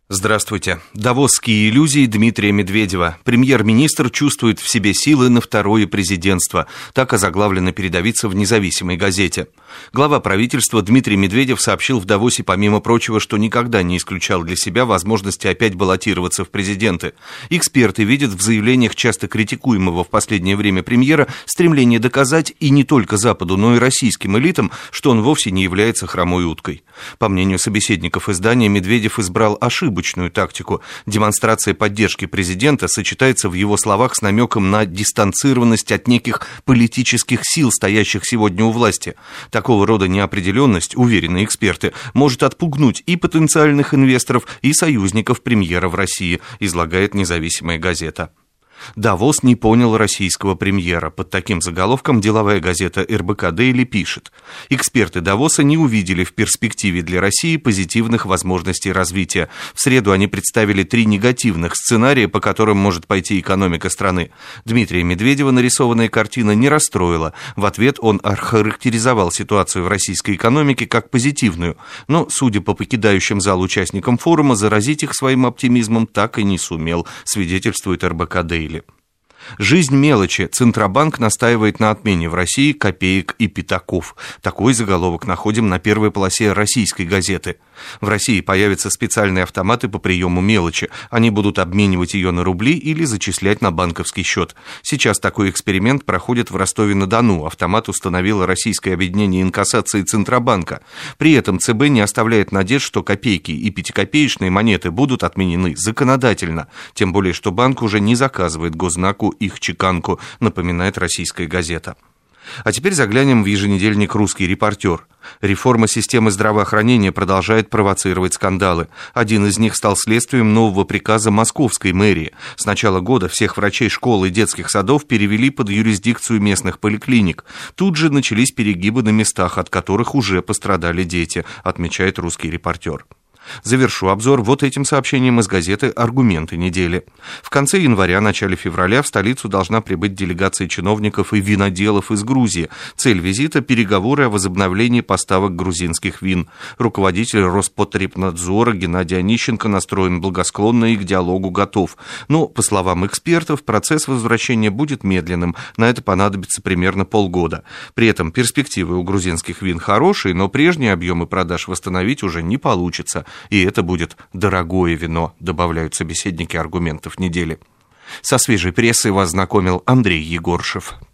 Здравствуйте. Давосские иллюзии Дмитрия Медведева. Премьер-министр чувствует в себе силы на второе президентство. Так озаглавлена передовица в «Независимой газете». Глава правительства Дмитрий Медведев сообщил в Давосе, помимо прочего, что никогда не исключал для себя возможности опять баллотироваться в президенты. Эксперты видят в заявлениях часто критикуемого в последнее время премьера стремление доказать и не только Западу, но и российским элитам, что он вовсе не является хромой уткой. По мнению собеседников издания, Медведев избрал ошибочную тактику. Демонстрация поддержки президента сочетается в его словах с намеком на дистанцированность от неких политических сил, стоящих сегодня у власти. Такого рода неопределенность, уверены эксперты, может отпугнуть и потенциальных инвесторов, и союзников премьера в России, излагает «Независимая газета». Давос не понял российского премьера. Под таким заголовком деловая газета РБК Дейли пишет: эксперты Давоса не увидели в перспективе для России позитивных возможностей развития. В среду они представили 3 негативных сценария, по которым может пойти экономика страны. Дмитрия Медведева нарисованная картина не расстроила. В ответ он охарактеризовал ситуацию в российской экономике как позитивную. Но, судя по покидающим зал участникам форума, заразить их своим оптимизмом так и не сумел, свидетельствует РБК Дейли. Жизнь мелочи. Центробанк настаивает на отмене в России копеек и пятаков. Такой заголовок находим на первой полосе российской газеты. В России появятся специальные автоматы по приему мелочи. Они будут обменивать ее на рубли или зачислять на банковский счет. Сейчас такой эксперимент проходит в Ростове-на-Дону. Автомат установило российское объединение инкассации Центробанка. При этом ЦБ не оставляет надежд, что копейки и пятикопеечные монеты будут отменены законодательно. Тем более, что банк уже не заказывает госзнаку их чеканку, напоминает российская газета. А теперь заглянем в еженедельник «Русский репортер». Реформа системы здравоохранения продолжает провоцировать скандалы. Один из них стал следствием нового приказа московской мэрии. С начала года всех врачей школ и детских садов перевели под юрисдикцию местных поликлиник. Тут же начались перегибы на местах, от которых уже пострадали дети, отмечает «Русский репортер». Завершу обзор вот этим сообщением из газеты «Аргументы недели». В конце января, начале февраля в столицу должна прибыть делегация чиновников и виноделов из Грузии. Цель визита – переговоры о возобновлении поставок грузинских вин. Руководитель Роспотребнадзора Геннадий Онищенко настроен благосклонно и к диалогу готов. Но, по словам экспертов, процесс возвращения будет медленным. На это понадобится примерно полгода. При этом перспективы у грузинских вин хорошие, но прежние объемы продаж восстановить уже не получится. И это будет дорогое вино, добавляют собеседники аргументов недели. Со свежей прессой вас знакомил Андрей Егоршев.